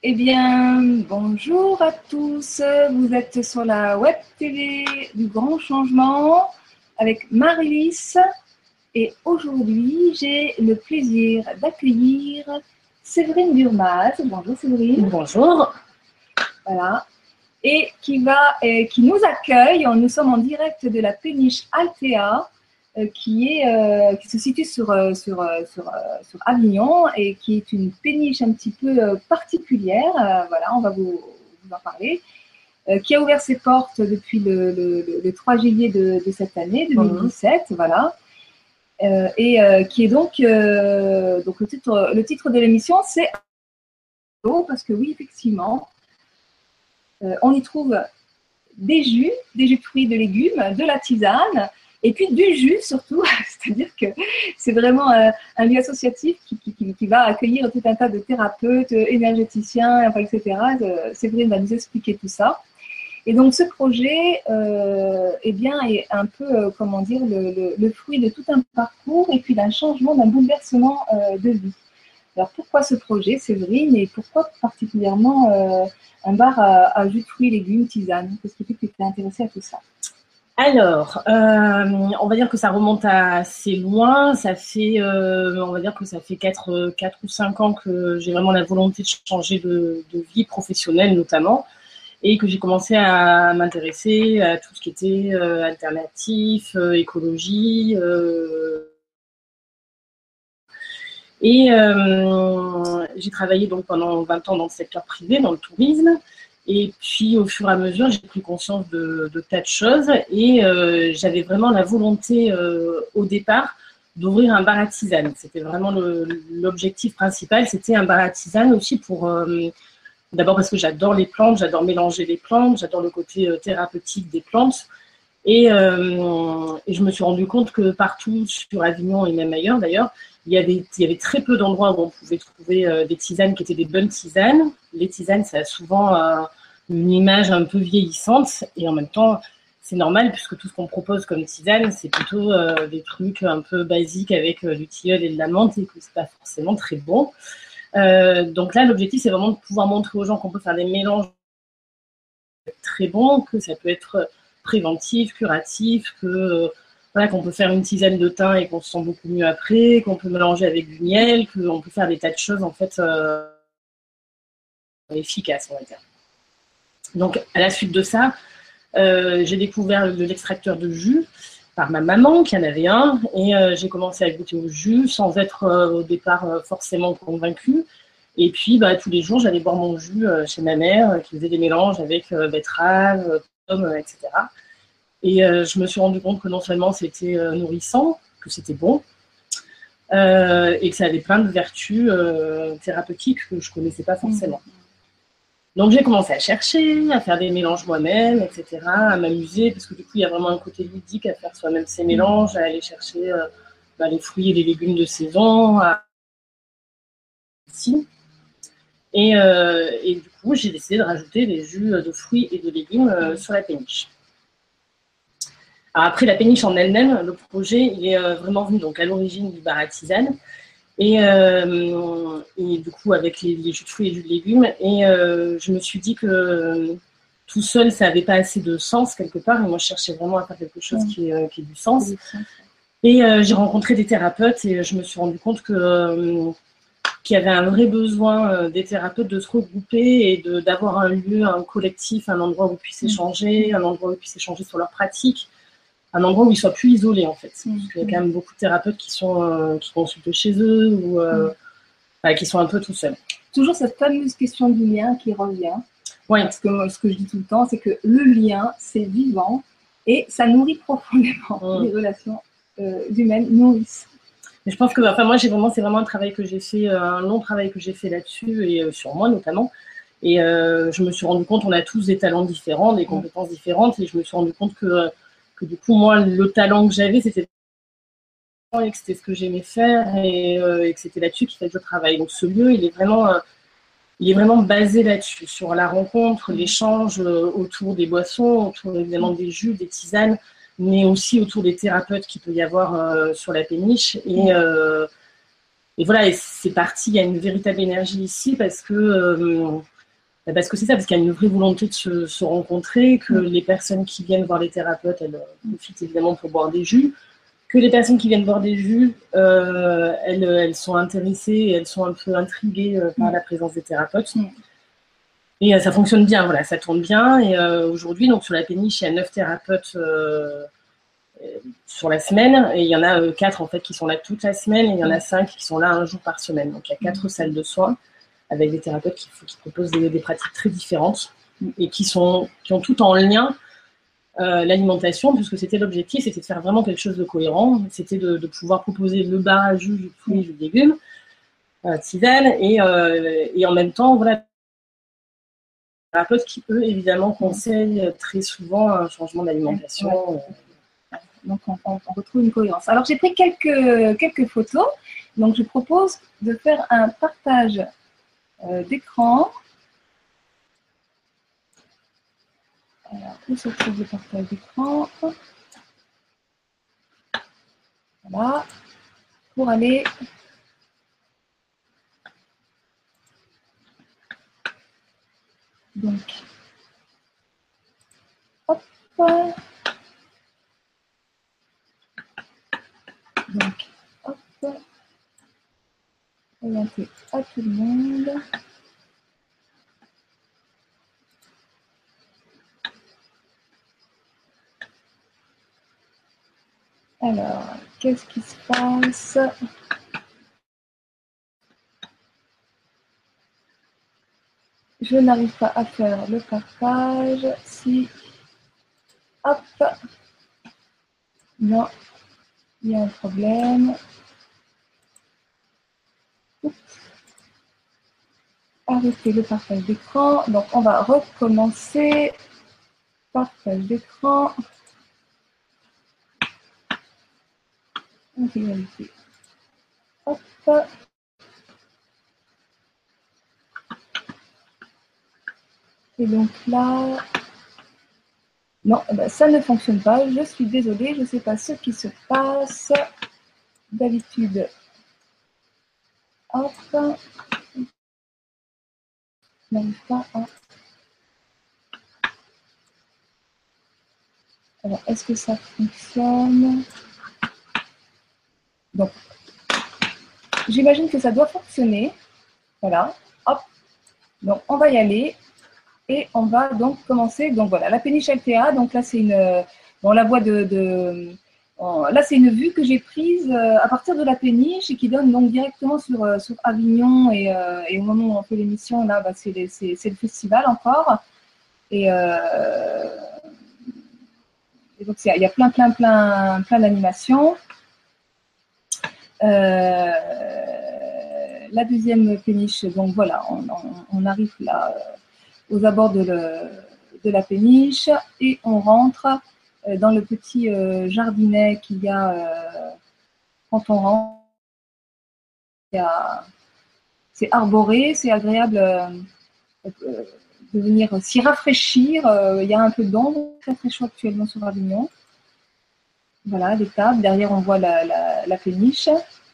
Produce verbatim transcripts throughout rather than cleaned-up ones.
Eh bien, bonjour à tous. Vous êtes sur la web T V du Grand Changement avec Marie-Lys. Et aujourd'hui, j'ai le plaisir d'accueillir Séverine Burmaz. Bonjour Séverine. Bonjour. Voilà. Et qui, va, et qui nous accueille. Nous sommes en direct de la péniche Altea, qui, est, euh, qui se situe sur, sur, sur, sur Avignon et qui est une péniche un petit peu particulière. Euh, voilà, on va vous, vous en parler. Euh, qui a ouvert ses portes depuis le, le, le trois juillet de, de cette année, deux mille dix-sept. Mmh. Voilà. Euh, et euh, qui est donc, euh, donc le, titre, le titre de l'émission, c'est parce que oui, effectivement, euh, on y trouve des jus, des jus de fruits, de légumes, de la tisane, et puis du jus surtout, c'est-à-dire que c'est vraiment un, un lieu associatif qui, qui, qui va accueillir tout un tas de thérapeutes, énergéticiens, enfin, et cetera. Séverine va nous expliquer tout ça. Et donc ce projet euh, eh bien, est un peu, euh, comment dire, le, le, le fruit de tout un parcours et puis d'un changement, d'un bouleversement euh, de vie. Alors pourquoi ce projet, Séverine, et pourquoi particulièrement euh, un bar à, à jus de fruits, légumes, tisane? Qu'est-ce qui fait que tu t'es intéressée à tout ça? Alors, euh, on va dire que ça remonte assez loin. Ça fait, euh, on va dire que ça fait quatre, quatre ou cinq ans que j'ai vraiment la volonté de changer de, de vie professionnelle notamment, et que j'ai commencé à m'intéresser à tout ce qui était euh, alternatif, euh, écologie. Euh, et euh, j'ai travaillé donc pendant vingt ans dans le secteur privé, dans le tourisme. Et puis, au fur et à mesure, j'ai pris conscience de, de tas de choses et euh, j'avais vraiment la volonté, euh, au départ, d'ouvrir un bar à tisane. C'était vraiment le, l'objectif principal. C'était un bar à tisane aussi pour... Euh, d'abord parce que j'adore les plantes, j'adore mélanger les plantes, j'adore le côté euh, thérapeutique des plantes. Et, euh, et je me suis rendu compte que partout, sur Avignon et même ailleurs d'ailleurs, il y avait, il y avait très peu d'endroits où on pouvait trouver euh, des tisanes qui étaient des bonnes tisanes. Les tisanes, ça a souvent euh, une image un peu vieillissante et en même temps, c'est normal puisque tout ce qu'on propose comme tisane, c'est plutôt euh, des trucs un peu basiques avec euh, du tilleul et de la menthe et que c'est pas forcément très bon. Euh, donc là, l'objectif, c'est vraiment de pouvoir montrer aux gens qu'on peut faire des mélanges très bons, que ça peut être préventif, curatif, que euh, voilà, qu'on peut faire une tisane de thym et qu'on se sent beaucoup mieux après, qu'on peut mélanger avec du miel, qu'on peut faire des tas de choses en fait euh, efficaces, on va dire. Donc à la suite de ça, euh, j'ai découvert de l'extracteur de jus par ma maman qui en avait un et euh, j'ai commencé à goûter au jus sans être euh, au départ euh, forcément convaincue. Et puis bah, tous les jours, j'allais boire mon jus euh, chez ma mère euh, qui faisait des mélanges avec euh, betterave, euh, pommes, euh, et cetera. Et euh, je me suis rendu compte que non seulement c'était euh, nourrissant, que c'était bon, euh, et que ça avait plein de vertus euh, thérapeutiques que je ne connaissais pas forcément. Mmh. Donc j'ai commencé à chercher, à faire des mélanges moi-même, et cetera, à m'amuser, parce que du coup, il y a vraiment un côté ludique à faire soi-même ces mélanges, à aller chercher euh, bah, les fruits et les légumes de saison, à... Et, euh, et du coup, j'ai décidé de rajouter des jus de fruits et de légumes euh, sur la péniche. Alors après, la péniche en elle-même, le projet, il est euh, vraiment venu donc, à l'origine du bar à tisane. Et, euh, et du coup, avec les, les jus de fruits et les jus de légumes. Et euh, je me suis dit que euh, tout seul, ça n'avait pas assez de sens quelque part. Et moi, je cherchais vraiment à faire quelque chose qui, euh, qui ait du sens. Et euh, j'ai rencontré des thérapeutes et je me suis rendu compte que, euh, qu'il y avait un vrai besoin euh, des thérapeutes de se regrouper et de, d'avoir un lieu, un collectif, un endroit où ils puissent échanger, un endroit où ils puissent échanger sur leurs pratiques. Un endroit où ils soient plus isolés en fait. Mmh. Parce qu'il y a quand même beaucoup de thérapeutes qui sont euh, qui consultent chez eux ou euh, mmh. bah, qui sont un peu tout seuls. Toujours cette fameuse question du lien qui revient. Oui. Parce que moi, ce que je dis tout le temps, c'est que le lien, c'est vivant et ça nourrit profondément. Mmh. Les relations euh, humaines nourrissent. Mais je pense que, enfin moi, j'ai vraiment, c'est vraiment un travail que j'ai fait, un long travail que j'ai fait là-dessus et euh, sur moi notamment. Et euh, je me suis rendu compte, on a tous des talents différents, des compétences mmh. différentes, et je me suis rendu compte que que du coup, moi, le talent que j'avais, c'était et que c'était ce que j'aimais faire et, euh, et que c'était là-dessus qu'il fallait que je travaille. Donc, ce lieu, il est vraiment, euh, il est vraiment basé là-dessus, sur la rencontre, l'échange euh, autour des boissons, autour évidemment des jus, des tisanes, mais aussi autour des thérapeutes qu'il peut y avoir euh, sur la péniche. Et, euh, et voilà, et c'est parti, il y a une véritable énergie ici parce que... Euh, Parce que c'est ça, parce qu'il y a une vraie volonté de se, se rencontrer, que les personnes qui viennent voir les thérapeutes, elles profitent évidemment pour boire des jus, que les personnes qui viennent boire des jus, euh, elles, elles sont intéressées, elles sont un peu intriguées euh, par la présence des thérapeutes. Mm. Et euh, ça fonctionne bien, voilà, ça tourne bien. Et euh, aujourd'hui, donc sur la péniche, il y a neuf thérapeutes euh, sur la semaine, et il y en a euh, quatre en fait qui sont là toute la semaine, et il y en a cinq qui sont là un jour par semaine. Donc il y a quatre mm. salles de soins, avec des thérapeutes qui, qui proposent des, des pratiques très différentes et qui, sont, qui ont tout en lien euh, l'alimentation, puisque c'était l'objectif, c'était de faire vraiment quelque chose de cohérent, c'était de, de pouvoir proposer le bar à jus, jus de fruits, jus de légumes, euh, tisane, et, euh, et en même temps, voilà, des thérapeutes qui, eux, évidemment, conseillent très souvent un changement d'alimentation. Ouais. Donc, on, on retrouve une cohérence. Alors, j'ai pris quelques, quelques photos, donc je propose de faire un partage Euh, d'écran. Alors, où se trouve le partage d'écran? Voilà. Pour aller donc hop donc hop orienter à tout le monde. Alors, qu'est-ce qui se passe? Je n'arrive pas à faire le partage. Si, hop, non, il y a un problème. Oups. Arrêter le partage d'écran. Donc, on va recommencer. Partage d'écran. En réalité. Hop. Et donc là, non, ben ça ne fonctionne pas. Je suis désolée, je ne sais pas ce qui se passe. D'habitude, hop, je n'arrive pas à... Alors, est-ce que ça fonctionne? Donc, j'imagine que ça doit fonctionner. Voilà, hop. Donc, on va y aller. Et on va donc commencer. Donc, voilà, la péniche L T A. Donc, là, c'est une... Bon, la voie de... de bon, là, c'est une vue que j'ai prise à partir de la péniche et qui donne donc directement sur, sur Avignon. Et, euh, et au moment où on fait l'émission, là, bah, c'est le festival encore. Et... Euh, Et donc, il y a plein, plein, plein, plein d'animations. Euh, la deuxième péniche, donc voilà, on, on, on arrive là euh, aux abords de, le, de la péniche et on rentre euh, dans le petit euh, jardinet qu'il y a euh, quand on rentre. C'est arboré, c'est agréable euh, euh, de venir s'y rafraîchir. Euh, il y a un peu d'ombre, très très chaud actuellement sur Avignon. Voilà, les tables. Derrière, on voit la, la, la péniche.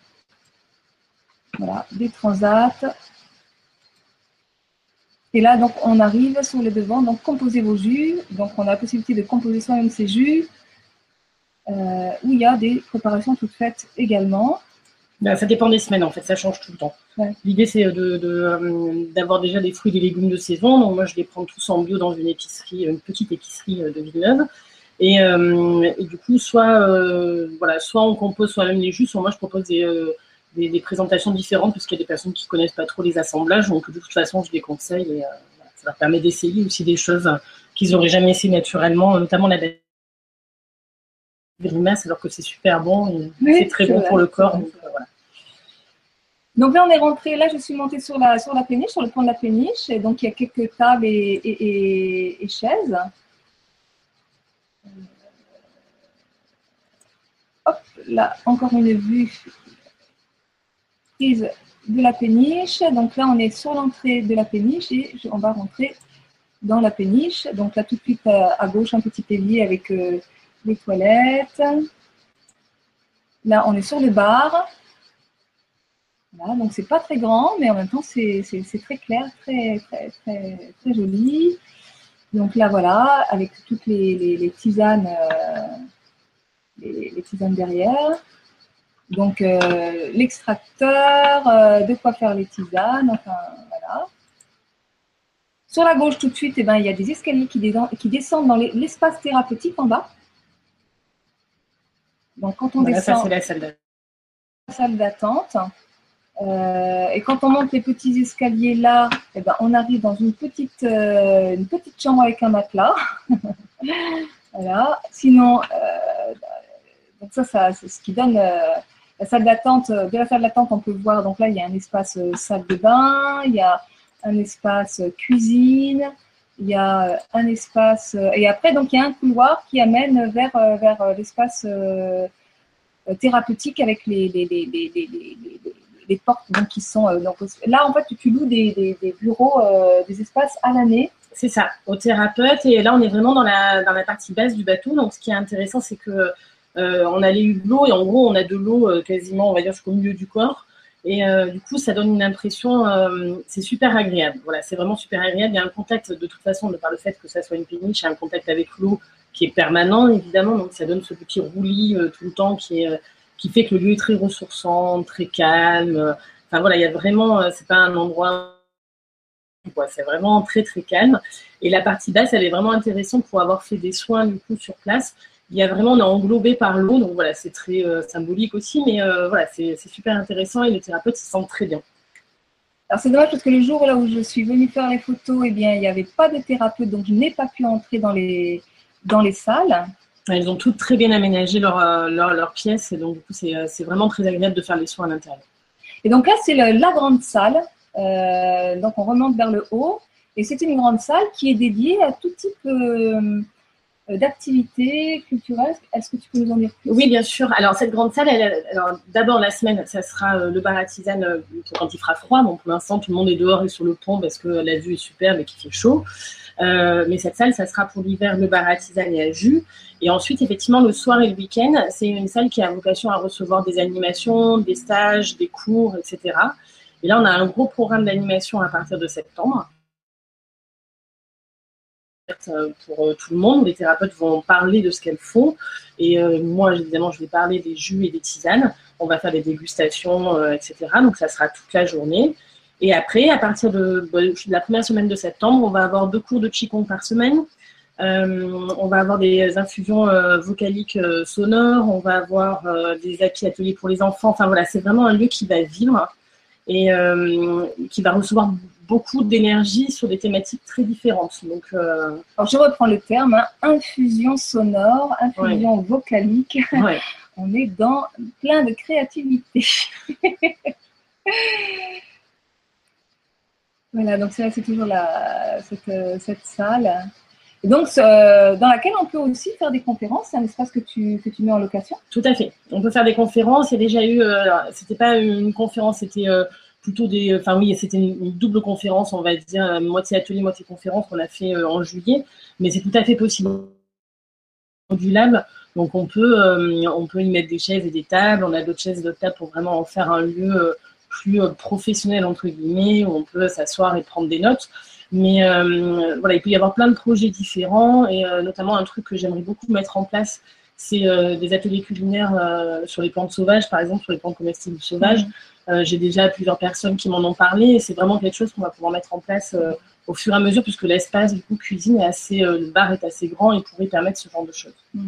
Voilà, des transats. Et là, donc, on arrive sur le devant. Donc, composez vos jus. Donc, on a la possibilité de composer soi-même ces jus. Euh, où il y a des préparations toutes faites également. Ben, ça dépend des semaines, en fait. Ça change tout le temps. Ouais. L'idée, c'est de, de, d'avoir déjà des fruits et des légumes de saison. Donc, moi, je les prends tous en bio dans une épicerie, une petite épicerie de Villeneuve. Et, euh, et du coup, soit, euh, voilà, soit on compose soi-même les jus, soit moi je propose des, euh, des, des présentations différentes, parce qu'il y a des personnes qui ne connaissent pas trop les assemblages, donc de toute façon je les conseille et euh, voilà, ça leur permet d'essayer aussi des choses qu'ils n'auraient jamais essayé naturellement, notamment la grimace, alors que c'est super bon, et oui, c'est très bon vrai, pour le corps. Donc, euh, voilà. Donc là on est rentré, là je suis montée sur la, sur la péniche, sur le pont de la péniche, et donc il y a quelques tables et, et, et, et chaises. Hop, là, encore une vue prise de la péniche. Donc là, on est sur l'entrée de la péniche et on va rentrer dans la péniche. Donc là, tout de suite à gauche, un petit palier avec euh, les toilettes. Là, on est sur le bar. Voilà, donc c'est pas très grand, mais en même temps c'est très clair, très, très, très, très joli. Donc là voilà, avec toutes les, les, les tisanes, euh, les, les tisanes derrière. Donc euh, l'extracteur, euh, de quoi faire les tisanes, enfin voilà. Sur la gauche tout de suite, eh ben, il y a des escaliers qui, qui descendent dans l'espace thérapeutique en bas. Donc quand on voilà, descend, ça c'est la salle d'attente. Salle d'attente. Euh, et quand on monte les petits escaliers là, eh ben, on arrive dans une petite, euh, une petite chambre avec un matelas. Voilà. Sinon, euh, donc ça, ça c'est ce qui donne euh, la salle d'attente. De la salle d'attente, on peut voir. Donc là, il y a un espace euh, salle de bain, il y a un espace euh, cuisine, il y a un espace euh, et après donc il y a un couloir qui amène vers euh, vers euh, l'espace euh, thérapeutique avec les les, les, les, les, les, les portes donc, qui sont… Euh, donc, là, en fait, tu loues des, des, des bureaux, euh, des espaces à l'année. C'est ça, aux thérapeutes. Et là, on est vraiment dans la, dans la partie basse du bateau. Donc, ce qui est intéressant, c'est que euh, on a les hublots et en gros, on a de l'eau euh, quasiment, on va dire, jusqu'au milieu du corps. Et euh, du coup, ça donne une impression, euh, c'est super agréable. Voilà, c'est vraiment super agréable. Il y a un contact, de toute façon, de par le fait que ça soit une péniche, il y a un contact avec l'eau qui est permanent, évidemment. Donc, ça donne ce petit roulis euh, tout le temps qui, est, euh, qui fait que le lieu est très ressourçant, très calme. Enfin, voilà, il y a vraiment, euh, c'est pas un endroit… C'est vraiment très très calme. Et la partie basse, elle est vraiment intéressante pour avoir fait des soins du coup sur place. Il y a vraiment, on est englobé par l'eau, donc voilà, c'est très euh, symbolique aussi, mais euh, voilà, c'est super intéressant et les thérapeutes s'y sentent très bien. Alors c'est dommage parce que le jour là où je suis venue faire les photos, eh bien il n'y avait pas de thérapeute, donc je n'ai pas pu entrer dans les dans les salles. Elles ont toutes très bien aménagé leur leur, leur pièce, et donc du coup c'est vraiment très agréable de faire les soins à l'intérieur. Et donc là c'est la grande salle. Euh, donc on remonte vers le haut et c'est une grande salle qui est dédiée à tout type euh, d'activités culturelles. Est-ce que tu peux nous en dire plus? Oui, bien sûr. Alors cette grande salle, d'abord la semaine, ça sera euh, le bar à tisane euh, quand il fera froid. Bon, pour l'instant, tout le monde est dehors et sur le pont parce que la vue est superbe et qu'il fait chaud. Euh, mais cette salle, ça sera pour l'hiver le bar à tisane et à jus. Et ensuite, effectivement, le soir et le week-end, c'est une salle qui a vocation à recevoir des animations, des stages, des cours, et cetera. Et là, on a un gros programme d'animation à partir de septembre. Pour tout le monde, les thérapeutes vont parler de ce qu'elles font. Et euh, moi, évidemment, je vais parler des jus et des tisanes. On va faire des dégustations, euh, et cetera. Donc, ça sera toute la journée. Et après, à partir de, de la première semaine de septembre, on va avoir deux cours de Qigong par semaine. Euh, on va avoir des infusions euh, vocaliques euh, sonores. On va avoir euh, des applis ateliers pour les enfants. Enfin, voilà, c'est vraiment un lieu qui va vivre et euh, qui va recevoir beaucoup d'énergie sur des thématiques très différentes. Donc, euh... Alors, je reprends le terme, hein, infusion sonore, infusion ouais. vocalique. Ouais. On est dans plein de créativité. Voilà, donc c'est toujours la, cette, cette salle. Et donc, euh, dans laquelle on peut aussi faire des conférences. C'est un espace que tu, que tu mets en location? Tout à fait. On peut faire des conférences. Il y a déjà eu, euh, c'était pas une conférence, c'était euh, plutôt des, enfin oui, c'était une, une double conférence, on va dire, moitié atelier, moitié conférence qu'on a fait euh, en juillet. Mais c'est tout à fait possible. Modulable. Donc on peut, euh, on peut y mettre des chaises et des tables. On a d'autres chaises et d'autres tables pour vraiment en faire un lieu euh, plus euh, professionnel entre guillemets, où on peut s'asseoir et prendre des notes. Mais euh, voilà, il peut y avoir plein de projets différents et euh, notamment un truc que j'aimerais beaucoup mettre en place, c'est euh, des ateliers culinaires euh, sur les plantes sauvages, par exemple, sur les plantes comestibles sauvages. Mmh. Euh, j'ai déjà plusieurs personnes qui m'en ont parlé et c'est vraiment quelque chose qu'on va pouvoir mettre en place euh, au fur et à mesure puisque l'espace du coup cuisine est assez, euh, le bar est assez grand et pourrait permettre ce genre de choses. Mmh.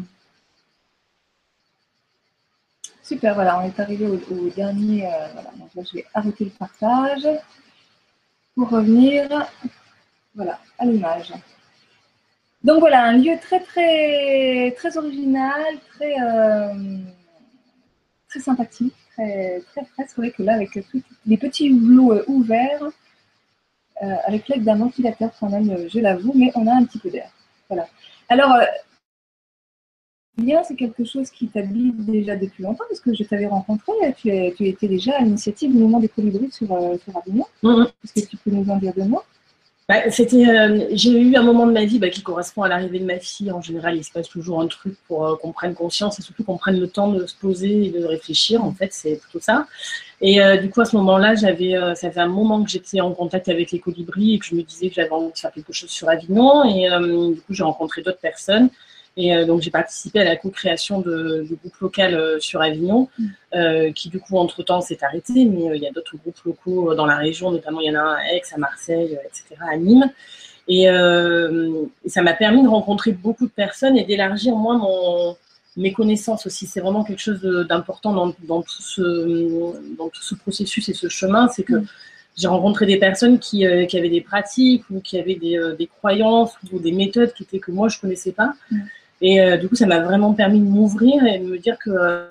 Super, voilà, on est arrivé au, au dernier. Euh, voilà, donc là, je vais arrêter le partage pour revenir. Voilà, à l'image. Donc voilà, un lieu très très très original, très euh, très sympathique, très très frais. C'est vrai que là, avec tous les petits hublots euh, ouverts, euh, avec l'aide d'un ventilateur quand même, je l'avoue, mais on a un petit peu d'air. Voilà. Alors, euh, bien, c'est quelque chose qui t'habite déjà depuis longtemps, parce que je t'avais rencontré, tu, es, tu étais déjà à l'initiative du Mouvement des Colibris sur, euh, sur Avignon. Mm-hmm. Est-ce que tu peux nous en dire deux mots? Bah, c'était, euh, j'ai eu un moment de ma vie bah, qui correspond à l'arrivée de ma fille. En général, il se passe toujours un truc pour euh, qu'on prenne conscience et surtout qu'on prenne le temps de se poser et de réfléchir. En fait, c'est plutôt ça. Et euh, du coup, à ce moment-là, j'avais, euh, ça fait un moment que j'étais en contact avec les colibris et que je me disais que j'avais envie de faire quelque chose sur Avignon. Et euh, du coup, j'ai rencontré d'autres personnes. Et euh, donc, j'ai participé à la co-création de, du groupe local euh, sur Avignon, euh, qui du coup, entre-temps, s'est arrêté. Mais euh, il y a d'autres groupes locaux dans la région, notamment il y en a un à Aix, à Marseille, euh, et cetera, à Nîmes. Et, euh, et ça m'a permis de rencontrer beaucoup de personnes et d'élargir, moi, mon, mes connaissances aussi. C'est vraiment quelque chose d'important dans, dans, tout ce, dans tout ce processus et ce chemin. C'est que mmh. j'ai rencontré des personnes qui, euh, qui avaient des pratiques ou qui avaient des, euh, des croyances ou des méthodes qui étaient que moi, je ne connaissais pas. Mmh. Et euh, du coup, ça m'a vraiment permis de m'ouvrir et de me dire que euh,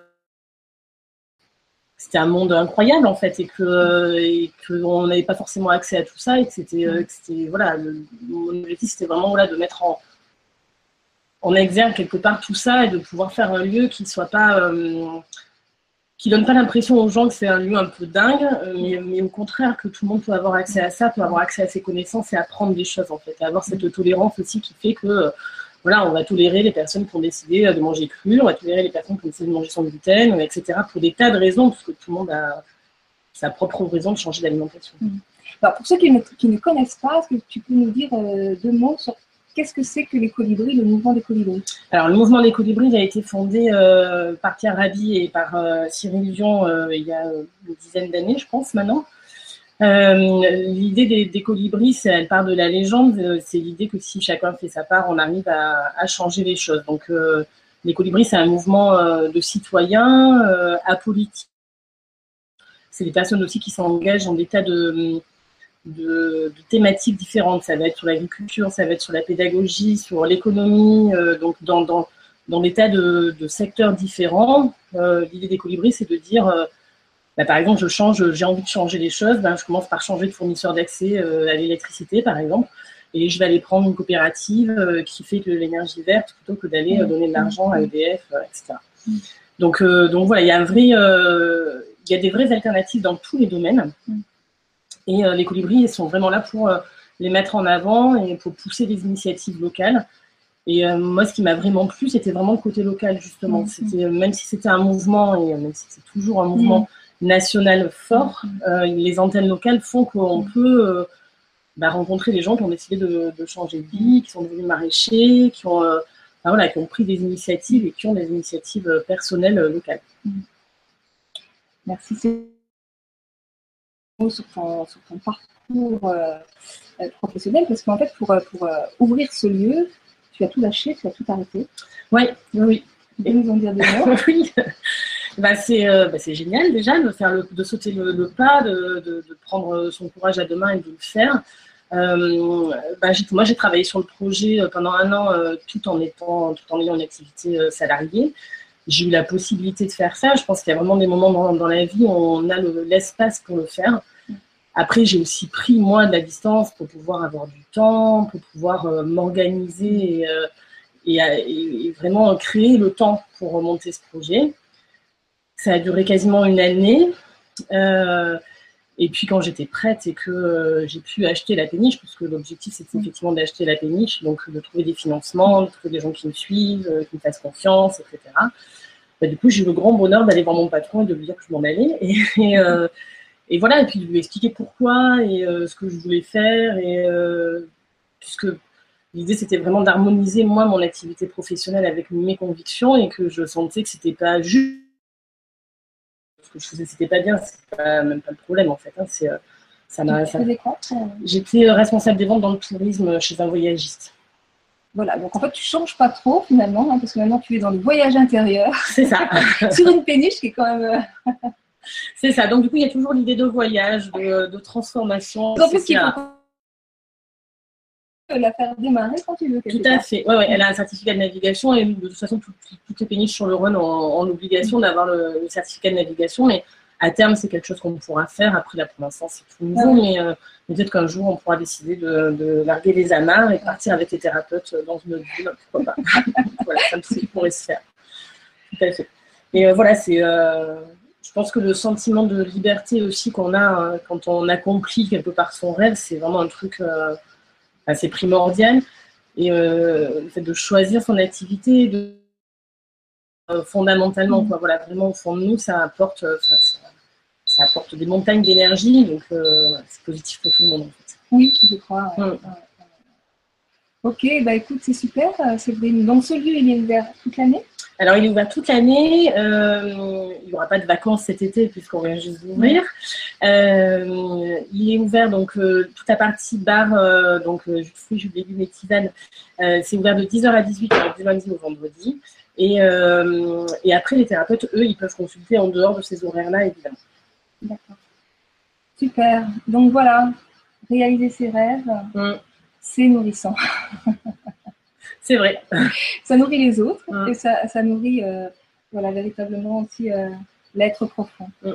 c'était un monde incroyable, en fait, et que euh, et qu'on n'avait pas forcément accès à tout ça, et que c'était, euh, que c'était voilà, le, mon objectif, c'était vraiment voilà, de mettre en, en exergue quelque part tout ça et de pouvoir faire un lieu qui soit pas, euh, qui donne pas l'impression aux gens que c'est un lieu un peu dingue, mais, mais au contraire que tout le monde peut avoir accès à ça, peut avoir accès à ses connaissances et apprendre des choses, en fait, et avoir cette tolérance aussi qui fait que euh, voilà, on va tolérer les personnes qui ont décidé de manger cru, on va tolérer les personnes qui ont décidé de manger sans gluten, et cetera, pour des tas de raisons, parce que tout le monde a sa propre raison de changer d'alimentation. Mmh. Alors, pour ceux qui ne, qui ne connaissent pas, est-ce que tu peux nous dire euh, deux mots sur qu'est-ce que c'est que les colibris, le mouvement des colibris? Alors, le mouvement des colibris a été fondé euh, par Pierre Rabhi et par euh, Cyril Dion euh, il y a une dizaine d'années, je pense, maintenant. Euh, l'idée des, des colibris, elle part de la légende, c'est l'idée que si chacun fait sa part, on arrive à, à changer les choses. Donc, euh, les colibris, c'est un mouvement euh, de citoyens euh, apolitiques. C'est des personnes aussi qui s'engagent dans des tas de, de, de thématiques différentes. Ça va être sur l'agriculture, ça va être sur la pédagogie, sur l'économie, euh, donc dans, dans, dans des tas de, de secteurs différents. Euh, l'idée des colibris, c'est de dire... Euh, Bah, par exemple, je change, j'ai envie de changer les choses, ben, je commence par changer de fournisseur d'accès euh, à l'électricité, par exemple, et je vais aller prendre une coopérative euh, qui fait de l'énergie verte plutôt que d'aller euh, donner de l'argent à E D F, euh, et cetera. Donc, euh, donc voilà, il y a un vrai, euh, il y a des vraies alternatives dans tous les domaines, et euh, les colibris sont vraiment là pour euh, les mettre en avant et pour pousser des initiatives locales. Et euh, moi, ce qui m'a vraiment plu, c'était vraiment le côté local, justement. C'était, même si c'était un mouvement, et même si c'est toujours un mouvement national fort, euh, les antennes locales font qu'on peut euh, bah, rencontrer des gens qui ont décidé de, de changer de vie, qui sont devenus maraîchers, qui ont, euh, bah, voilà, qui ont pris des initiatives et qui ont des initiatives personnelles euh, locales. Merci. Sur ton, sur ton parcours euh, professionnel, parce qu'en fait, pour, pour euh, ouvrir ce lieu, tu as tout lâché, tu as tout arrêté. Oui, oui. Tu peux nous en dire des mots? Oui. Bah, c'est, euh, bah, c'est génial déjà de, faire le, de sauter le, le pas, de, de, de prendre son courage à deux mains et de le faire. Euh, bah, j'ai, moi, j'ai travaillé sur le projet pendant un an euh, tout en étant, tout en ayant une activité euh, salariée. J'ai eu la possibilité de faire ça. Je pense qu'il y a vraiment des moments dans, dans la vie où on a le, l'espace pour le faire. Après, j'ai aussi pris, moi, de la distance pour pouvoir avoir du temps, pour pouvoir euh, m'organiser et, euh, et, et, et vraiment créer le temps pour remonter ce projet. Ça a duré quasiment une année. Euh, et puis, quand j'étais prête et que euh, j'ai pu acheter la péniche, parce que l'objectif, c'était effectivement d'acheter la péniche, donc de trouver des financements, de trouver des gens qui me suivent, euh, qui me fassent confiance, et cetera. Bah, du coup, j'ai eu le grand bonheur d'aller voir mon patron et de lui dire que je m'en allais. Et, et, euh, et voilà, et puis de lui expliquer pourquoi et euh, ce que je voulais faire. Et, euh, puisque l'idée, c'était vraiment d'harmoniser, moi, mon activité professionnelle avec mes convictions et que je sentais que c'était pas juste. Ce que je faisais, c'était pas bien, c'est pas, même pas le problème en fait. Hein, c'est, ça m'a, tu faisais quoi? J'étais responsable des ventes dans le tourisme chez un voyagiste. Voilà, donc en fait, tu changes pas trop finalement, hein, parce que maintenant tu es dans le voyage intérieur. C'est ça. Sur une péniche qui est quand même. C'est ça. Donc du coup, il y a toujours l'idée de voyage, de, de transformation. En plus, il faut la faire démarrer quand tu veux. Tout à fait. Ouais, ouais, elle a un certificat de navigation et de toute façon, toutes, toutes les péniches sur le Rhône ont, ont l'obligation d'avoir le, le certificat de navigation. Mais à terme, c'est quelque chose qu'on pourra faire. Après, là, pour l'instant, c'est tout nouveau. Ouais. Mais euh, peut-être qu'un jour, on pourra décider de, de larguer les amarres et de partir avec les thérapeutes dans une autre ville. Pourquoi pas. Voilà, ça me pourrait se faire. Tout à fait. Et euh, voilà, c'est... Euh, je pense que le sentiment de liberté aussi qu'on a euh, quand on accomplit quelque part son rêve, c'est vraiment un truc... Euh, enfin, c'est primordial. Et euh, le fait de choisir son activité, de, euh, fondamentalement, quoi, voilà, vraiment au fond de nous, ça apporte, euh, ça, ça apporte des montagnes d'énergie, donc euh, c'est positif pour tout le monde en fait. Oui, je crois. Ouais. Mm. Ouais. Ok, bah écoute, c'est super, Séverine. Donc ce lieu, il est ouvert toute l'année? Alors, il est ouvert toute l'année. Euh, il n'y aura pas de vacances cet été puisqu'on vient juste d'ouvrir. Euh, il est ouvert, donc, euh, toute la partie bar, euh, donc euh, jus de fruits, jus de légumes et tisane, euh, c'est ouvert de dix heures à dix-huit heures du lundi au vendredi. Et, euh, et après, les thérapeutes, eux, ils peuvent consulter en dehors de ces horaires-là, évidemment. D'accord. Super. Donc voilà, réaliser ses rêves, mm. c'est nourrissant. C'est vrai. Ça nourrit les autres mm. et ça, ça nourrit euh, voilà, véritablement aussi euh, l'être profond. Mm.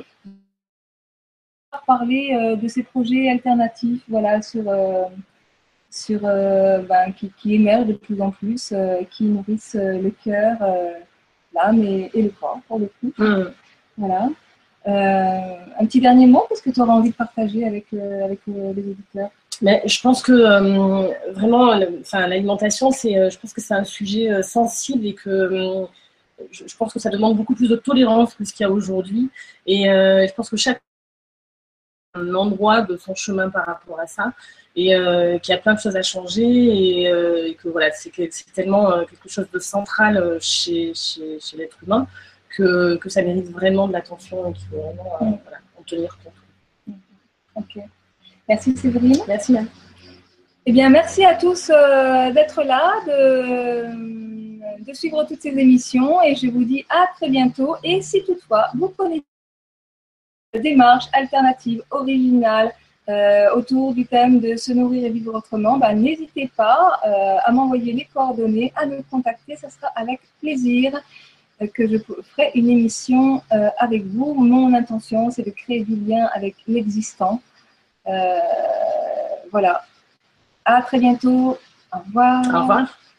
Parler euh, de ces projets alternatifs voilà, sur, euh, sur, euh, ben, qui, qui émergent de plus en plus, euh, qui nourrissent euh, le cœur, euh, l'âme et, et le corps, pour le coup. Mm. Voilà. Euh, un petit dernier mot, qu'est-ce que tu auras envie de partager avec, euh, avec euh, les auditeurs? Mais je pense que euh, vraiment, enfin, l'alimentation, c'est, euh, je pense que c'est un sujet euh, sensible et que euh, je, je pense que ça demande beaucoup plus de tolérance que ce qu'il y a aujourd'hui. Et euh, je pense que chaque un endroit de son chemin par rapport à ça et euh, qu'il y a plein de choses à changer et, euh, et que voilà, c'est, c'est tellement euh, quelque chose de central euh, chez, chez, chez l'être humain que, que ça mérite vraiment de l'attention et qu'il faut vraiment euh, mmh. voilà, en tenir compte. Ok. Merci Séverine. Merci Anne. Eh bien, merci à tous euh, d'être là, de, de suivre toutes ces émissions et je vous dis à très bientôt. Et si toutefois vous connaissez des démarches alternatives, originales euh, autour du thème de se nourrir et vivre autrement, bah, n'hésitez pas euh, à m'envoyer les coordonnées, à me contacter. Ce sera avec plaisir euh, que je ferai une émission euh, avec vous. Mon intention, c'est de créer du lien avec l'existant. Euh, voilà. À très bientôt. Au revoir. Au revoir.